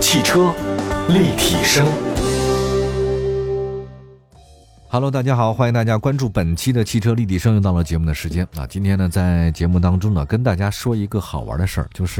汽车立体声。 Hello， 大家好，欢迎大家关注本期的汽车立体声，又到了节目的时间啊。今天呢，在节目当中呢，跟大家说一个好玩的事儿，就是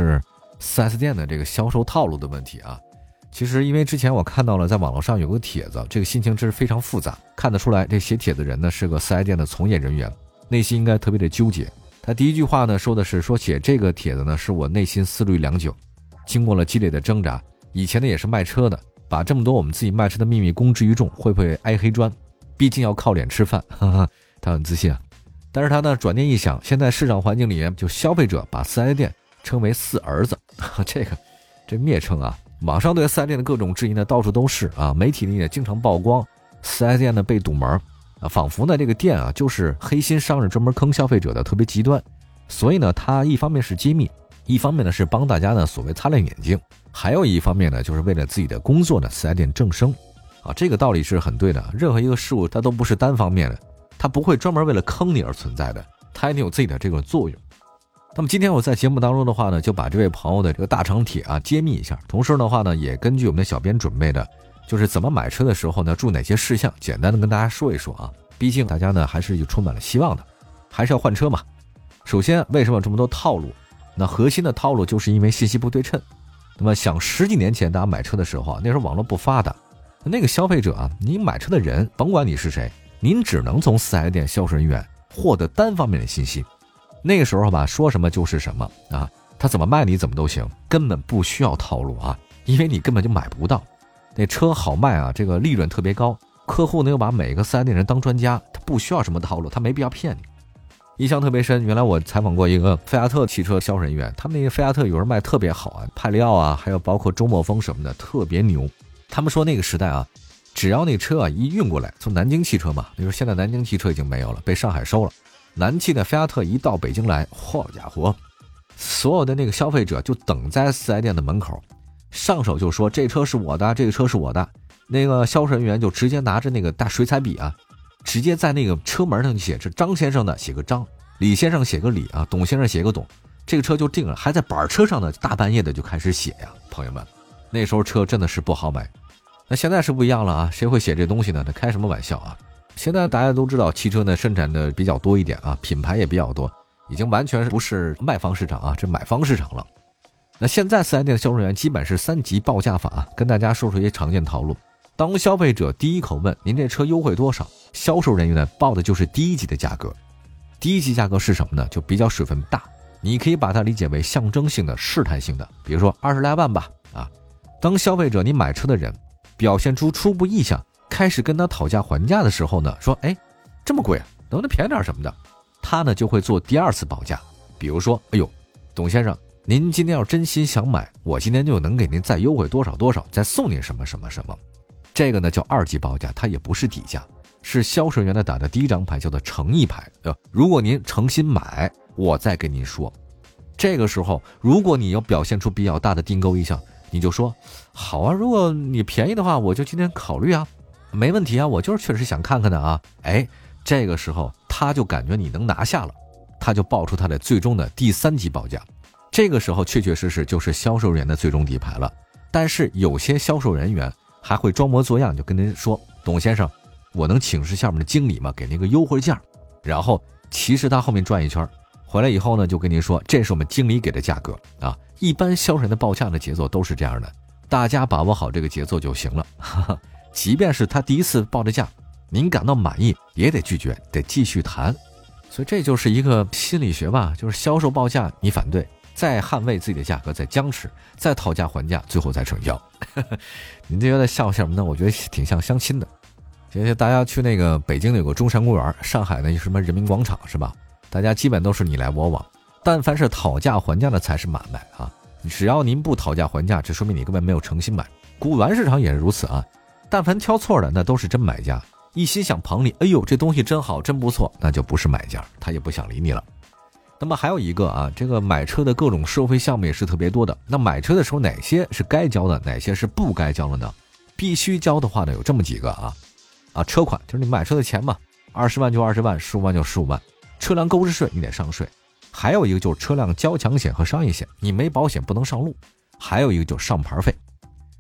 4S 店的这个销售套路的问题啊。其实因为之前我看到了在网络上有个帖子，这个心情真是非常复杂，看得出来这写帖子的人呢是个 4S 店的从业人员，内心应该特别的纠结。他第一句话呢说的是，说写这个帖子呢是我内心思虑良久，经过了激烈的挣扎，以前呢也是卖车的，把这么多我们自己卖车的秘密公之于众，会不会挨黑砖？毕竟要靠脸吃饭，哈哈，他很自信啊。但是他呢转念一想，现在市场环境里面，就消费者把 4S 店称为四儿子，这蔑称啊，网上对 4S 店的各种质疑呢到处都是啊，媒体里也经常曝光 4S 店呢被堵门啊，仿佛呢这个店啊就是黑心商人专门坑消费者的，特别极端。所以呢他一方面是揭秘，一方面呢是帮大家呢所谓擦亮眼睛，还有一方面呢就是为了自己的工作呢 4S 店正声啊，这个道理是很对的。任何一个事物它都不是单方面的，它不会专门为了坑你而存在的，它一定有自己的这个作用。那么今天我在节目当中的话呢，就把这位朋友的这个大长帖啊揭秘一下，同时的话呢也根据我们的小编准备的就是怎么买车的时候呢注意哪些事项，简单的跟大家说一说啊。毕竟大家呢还是有充满了希望的，还是要换车嘛。首先为什么有这么多套路？那核心的套路就是因为信息不对称。那么想10几年前大家买车的时候啊，那时候网络不发达，那个消费者啊，你买车的人甭管你是谁，您只能从 4S 店销售人员获得单方面的信息。那个时候吧，说什么就是什么啊，他怎么卖你怎么都行，根本不需要套路啊，因为你根本就买不到。那车好卖啊，这个利润特别高，客户呢又把每个 4S 店人当专家，他不需要什么套路，他没必要骗你。印象特别深，原来我采访过一个菲亚特汽车销售人员，他们那个菲亚特有人卖特别好啊，派利奥啊，还有包括周末风什么的，特别牛。他们说那个时代啊，只要那车啊一运过来，从南京汽车嘛，那时候现在南京汽车已经没有了，被上海收了。南汽的菲亚特一到北京来，好家伙，所有的那个消费者就等在 4S 店的门口，上手就说这车是我的，这个车是我的。那个销售人员就直接拿着那个大水彩笔啊，直接在那个车门上写着张先生的写个张，李先生写个李啊，董先生写个董，这个车就定了。还在板车上呢，大半夜的就开始写呀，朋友们，那时候车真的是不好买。那现在是不一样了啊，谁会写这东西呢？他开什么玩笑啊？现在大家都知道汽车呢生产的比较多一点啊，品牌也比较多，已经完全不是卖方市场啊，这买方市场了。那现在 4S 店的销售人员基本是3级报价法啊，跟大家说出一些常见套路。当消费者第一口问您这车优惠多少，销售人员呢报的就是第1级的价格。第1级价格是什么呢？就比较水分大，你可以把它理解为象征性的试探性的，比如说20来万吧啊。当消费者你买车的人表现出初步意向，开始跟他讨价还价的时候呢，说哎这么贵啊，能不能便宜点什么的，他呢就会做第2次报价。比如说哎呦董先生，您今天要真心想买，我今天就能给您再优惠多少多少，再送您什么什么什么。这个呢叫2级报价，它也不是底价，是销售员呢打的第1张牌，叫做诚意牌。如果您诚心买，我再跟您说。这个时候如果你要表现出比较大的订购意向，你就说好啊，如果你便宜的话，我就今天考虑啊，没问题啊，我就是确实想看看的啊。哎，这个时候他就感觉你能拿下了，他就报出他的最终的第3级报价。这个时候确确实实就是销售人员的最终底牌了。但是有些销售人员还会装模作样，就跟您说董先生，我能请示下面的经理吗，给那个优惠价。然后其实他后面转一圈回来以后呢，就跟您说这是我们经理给的价格啊。一般销售人的报价的节奏都是这样的，大家把握好这个节奏就行了。即便是他第1次报的价，您感到满意也得拒绝，得继续谈。所以这就是一个心理学吧，就是销售报价你反对，再捍卫自己的价格，再僵持，再讨价还价，最后再成交。您觉得像什么呢？我觉得挺像相亲的。现在大家去那个北京有个中山公园，上海呢有什么人民广场是吧？大家基本都是你来我往，但凡是讨价还价的才是买卖啊！只要您不讨价还价，这说明你根本没有诚心买。古玩市场也是如此啊，但凡挑错的那都是真买家，一心想捧你，哎呦这东西真好真不错，那就不是买家，他也不想理你了。那么还有一个啊，这个买车的各种收费项目也是特别多的。那买车的时候哪些是该交的，哪些是不该交的呢？必须交的话呢有这么几个啊，车款就是你买车的钱嘛，20万就20万，15万就15万，车辆购置税你得上税，还有一个就是车辆交强险和商业险，你没保险不能上路，还有一个就是上牌费。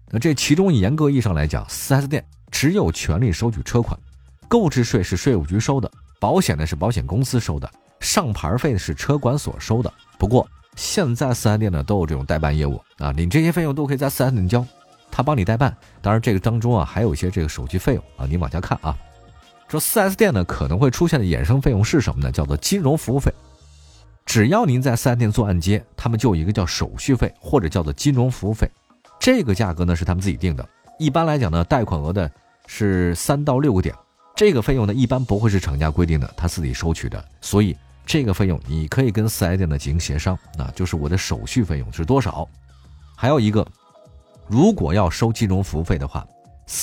那这其中严格意义上来讲 4S 店只有权利收取车款，购置税是税务局收的，保险呢是保险公司收的，上牌费是车管所收的。不过现在 4S 店呢都有这种代办业务啊，你这些费用都可以在 4S 店交，他帮你代办。当然这个当中啊还有一些这个手续费用啊，你往下看啊。说 4S 店呢可能会出现的衍生费用是什么呢？叫做金融服务费。只要您在 4S 店做按揭，他们就有一个叫手续费或者叫做金融服务费，这个价格呢是他们自己定的。一般来讲呢，贷款额的是3到6个点，这个费用呢一般不会是厂家规定的，他自己收取的。所以这个费用你可以跟 4S 店呢进行协商，那就是我的手续费用是多少。还有一个，如果要收金融服务费的话，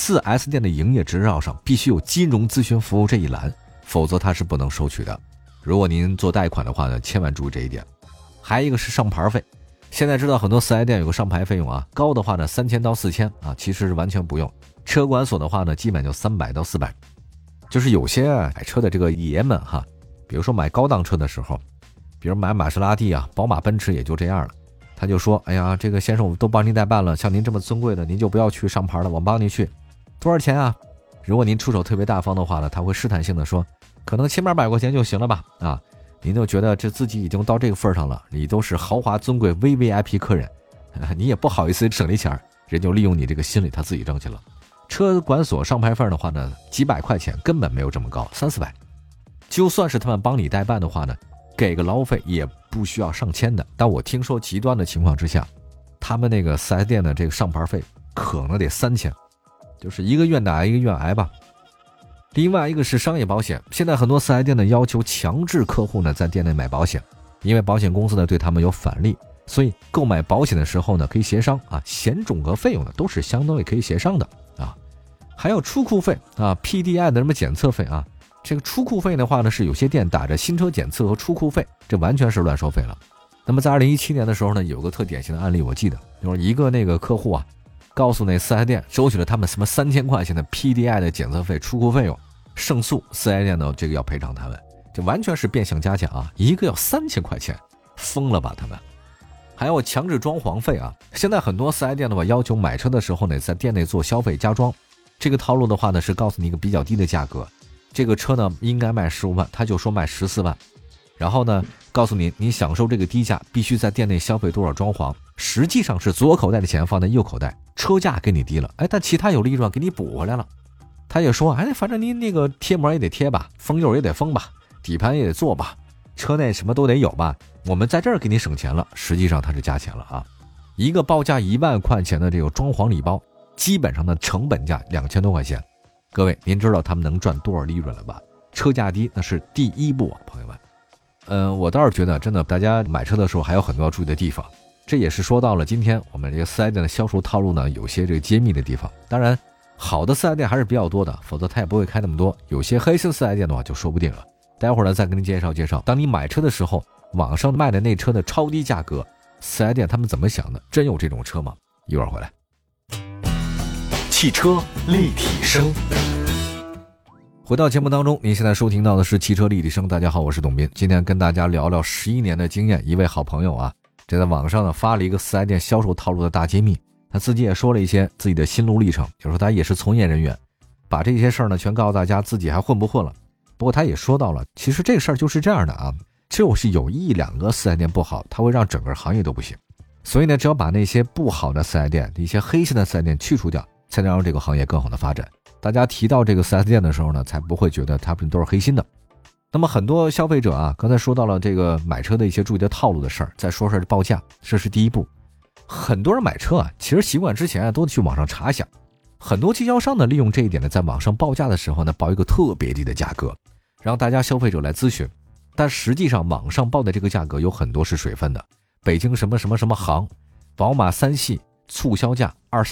4S 店的营业执照上必须有金融咨询服务这一栏，否则它是不能收取的。如果您做贷款的话呢，千万注意这一点。还有一个是上牌费，现在知道很多 4S 店有个上牌费用啊，高的话呢3000到4000啊，其实是完全不用。车管所的话呢，基本就300到400。就是有些买车的这个爷们哈，比如说买高档车的时候，比如买玛莎拉蒂啊、宝马、奔驰也就这样了，他就说：“哎呀，这个先生我都帮您代办了，像您这么尊贵的，您就不要去上牌了，我帮您去。多少钱啊？”如果您出手特别大方的话呢，他会试探性的说：“可能700-800块钱就行了吧？”啊，您就觉得这自己已经到这个份上了，你都是豪华尊贵 VVIP 客人，你也不好意思省这钱，人就利用你这个心理，他自己挣去了。车管所上牌费的话呢，几百块钱根本没有这么高，300-400。就算是他们帮你代办的话呢，给个劳务费也不需要上千的。但我听说极端的情况之下，他们那个 4S 店的这个上牌费可能得3000，就是一个愿打一个愿挨吧。另外一个是商业保险，现在很多 4S 店呢要求强制客户呢在店内买保险，因为保险公司呢对他们有返利，所以购买保险的时候呢可以协商啊，险种和费用呢都是相当于可以协商的啊。还有出库费啊 ，PDI 的什么检测费啊，这个出库费的话呢是有些店打着新车检测和出库费，这完全是乱收费了。那么在2017年的时候呢，有个特典型的案例，我记得就是一个那个客户啊，告诉那 4S 店收取了他们什么3000块钱的 PDI 的检测费、出库费用，胜诉 4S 店呢这个要赔偿他们，这完全是变相加价啊，一个要3000块钱，疯了吧他们。还有强制装潢费啊，现在很多 4S 店的话要求买车的时候呢，在店内做消费加装，这个套路的话呢是告诉你一个比较低的价格，这个车呢应该卖15万，他就说卖14万，然后呢告诉你你享受这个低价必须在店内消费多少装潢，实际上是左口袋的钱放在右口袋，车价给你低了，但其他有利润给你补回来了。他也说反正您那个贴膜也得贴吧，封釉也得封吧，底盘也得做吧，车内什么都得有吧，我们在这儿给你省钱了，实际上它是加钱了啊。一个报价1万块钱的这个装潢礼包，基本上的成本价2000多块钱。各位您知道他们能赚多少利润了吧？车价低那是第一步啊，朋友们。我倒是觉得真的大家买车的时候还有很多要注意的地方，这也是说到了今天我们这个 4S 店的销售套路呢有些这个揭秘的地方。当然好的 4S 店还是比较多的，否则他也不会开那么多，有些黑心 4S 店的话就说不定了。待会儿呢再跟您介绍介绍，当你买车的时候网上卖的那车的超低价格， 4S 店他们怎么想的，真有这种车吗？一会儿回来。 汽车立体声， 回到节目当中，您现在收听到的是汽车立体声。大家好，我是董斌，今天跟大家聊聊11年的经验。一位好朋友啊，这在网上呢发了一个 4S 店销售套路的大揭秘，他自己也说了一些自己的心路历程，就是说他也是从业人员，把这些事儿呢全告诉大家，自己还混不混了。不过他也说到了，其实这个事儿就是这样的啊，就是有1-2个 4S 店不好，它会让整个行业都不行。所以呢，只要把那些不好的 4S 店、一些黑心的 4S 店去除掉，才能让这个行业更好的发展。大家提到这个 4S 店的时候呢，才不会觉得他们都是黑心的。那么很多消费者啊，刚才说到了这个买车的一些注意的套路的事儿，再说说报价，这是第一步。很多人买车啊，其实习惯之前啊，都去网上查一下。很多经销商呢，利用这一点呢，在网上报价的时候呢，报一个特别低的价格，让大家消费者来咨询。但实际上网上报的这个价格有很多是水分的。北京什么什么什么行，宝马3系促销价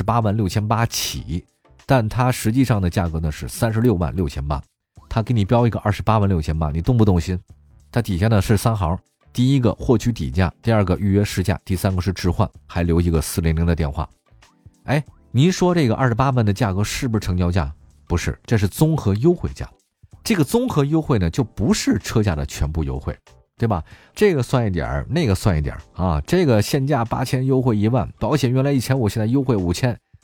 286800起，但它实际上的价格呢是366800，他给你标一个286800，你动不动心？它底下呢是3行，第一个获取底价，第二个预约试驾，第三个是置换，还留一个400的电话。您说这个28万的价格是不是成交价？不是，这是综合优惠价。这个综合优惠呢，就不是车价的全部优惠，对吧？这个算一点，那个算一点啊。这个现价8000，优惠1万，保险原来1500，现在优惠5000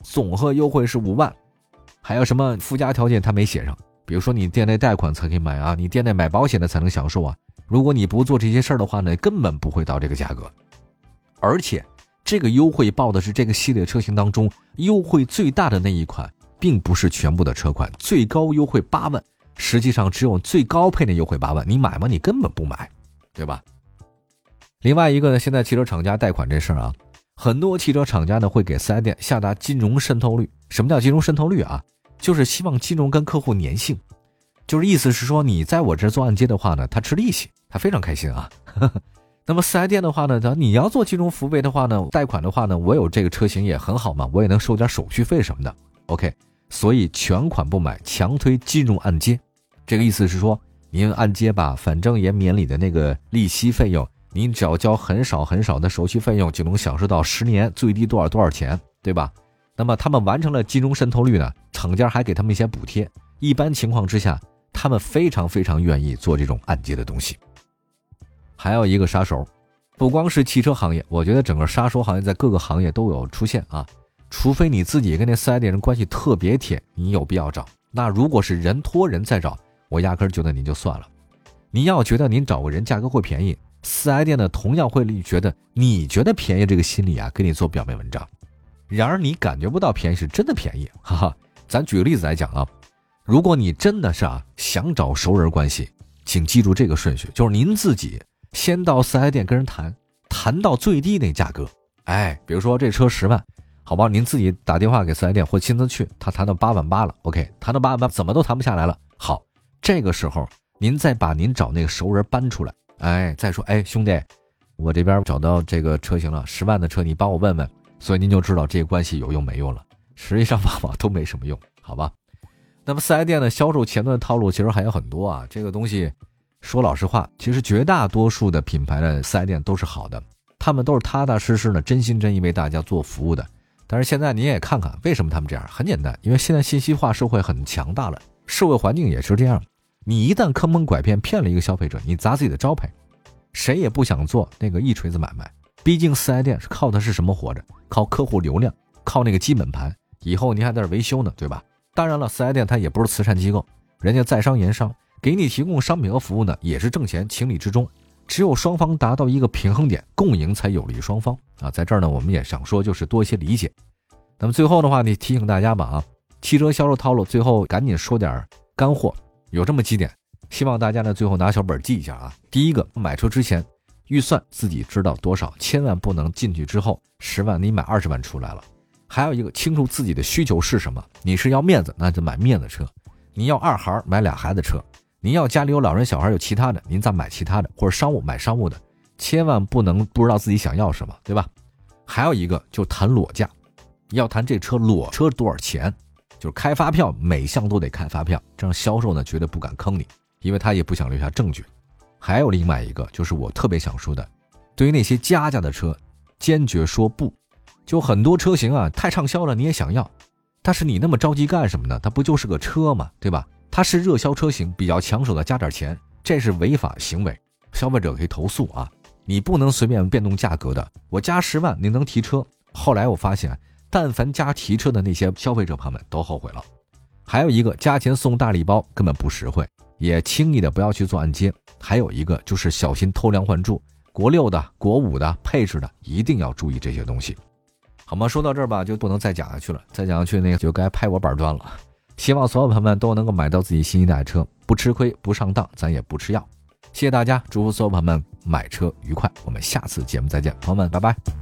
总和优惠是5万，还有什么附加条件他没写上，比如说你店内贷款才可以买啊，你店内买保险的才能享受啊，如果你不做这些事儿的话呢，根本不会到这个价格。而且这个优惠报的是这个系列车型当中优惠最大的那一款，并不是全部的车款，最高优惠8万，实际上只有最高配的优惠8万，你买吗？你根本不买，对吧？另外一个呢，现在汽车厂家贷款这事儿啊，很多汽车厂家呢会给4S店下达金融渗透率。什么叫金融渗透率啊？就是希望金融跟客户粘性，就是意思是说你在我这做按揭的话呢，他吃利息，他非常开心啊。那么4S店的话呢，你要做金融服务的话呢，贷款的话呢，我有这个车型也很好嘛，我也能收点手续费什么的。OK， 所以全款不买，强推金融按揭。这个意思是说，您按揭吧，反正也免你的那个利息费用，您只要交很少很少的手续费用，就能享受到10年最低多少钱，对吧？那么他们完成了金融渗透率呢，厂家还给他们一些补贴。一般情况之下，他们非常非常愿意做这种按揭的东西。还有一个杀手，不光是汽车行业，我觉得整个杀手行业在各个行业都有出现啊。除非你自己跟那4S店人关系特别铁，你有必要找。那如果是人托人再找，我压根觉得您就算了。您要觉得您找个人价格会便宜，4S店呢同样会觉得你觉得便宜这个心理啊，给你做表面文章。然而你感觉不到便宜是真的便宜，哈哈。咱举个例子来讲啊，如果你真的是想找熟人关系，请记住这个顺序，就是您自己先到4S店跟人谈到最低那价格。比如说这车10万，好吧，您自己打电话给4S店或亲自去，他谈到8万8了 ，OK， 谈到8万8怎么都谈不下来了。好，这个时候您再把您找那个熟人搬出来，再说，兄弟，我这边找到这个车型了，10万的车你帮我问问，所以您就知道这个关系有用没用了。实际上往往都没什么用，好吧？那么4S店的销售前端的套路其实还有很多啊，这个东西说老实话，其实绝大多数的品牌的4S店都是好的，他们都是踏踏实实的，真心真意为大家做服务的。但是现在你也看看为什么他们这样，很简单，因为现在信息化社会很强大了，社会环境也是这样，你一旦坑蒙拐骗骗了一个消费者，你砸自己的招牌，谁也不想做那个一锤子买卖。毕竟4S店是靠的是什么活着？靠客户流量，靠那个基本盘，以后你还在这维修呢，对吧？当然了，4S店它也不是慈善机构，人家在商言商，给你提供商品和服务呢，也是挣钱，情理之中。只有双方达到一个平衡点，共赢才有利于双方啊。在这儿呢，我们也想说，就是多一些理解。那么最后的话，你提醒大家吧汽车销售套路，最后赶紧说点干货，有这么几点，希望大家呢最后拿小本记一下第一个，买车之前预算自己知道多少，千万不能进去之后10万你买20万出来了。还有一个，清楚自己的需求是什么，你是要面子，那就买面子车；你要2孩买2孩子车；您要家里有老人小孩有其他的，您再买其他的，或者商务买商务的，千万不能不知道自己想要什么，对吧？还有一个就谈裸价，要谈这车裸车多少钱，就是开发票，每项都得开发票，这样销售呢绝对不敢坑你，因为他也不想留下证据。还有另外一个，就是我特别想说的，对于那些加价的车，坚决说不。就很多车型太畅销了，你也想要，但是你那么着急干什么呢？它不就是个车吗？对吧？它是热销车型，比较抢手的加点钱，这是违法行为，消费者可以投诉你不能随便变动价格的。我加10万您能提车，后来我发现但凡加提车的那些消费者朋友们都后悔了。还有一个，加钱送大礼包根本不实惠，也轻易的不要去做按揭。还有一个就是小心偷梁换柱，国6的国5的配置的一定要注意这些东西，好吗？说到这儿吧，就不能再讲下去了，再讲下去那个就该拍我板砖了。希望所有朋友们都能够买到自己心仪的车，不吃亏不上当，咱也不吃药。谢谢大家，祝福所有朋友们买车愉快，我们下次节目再见，朋友们拜拜。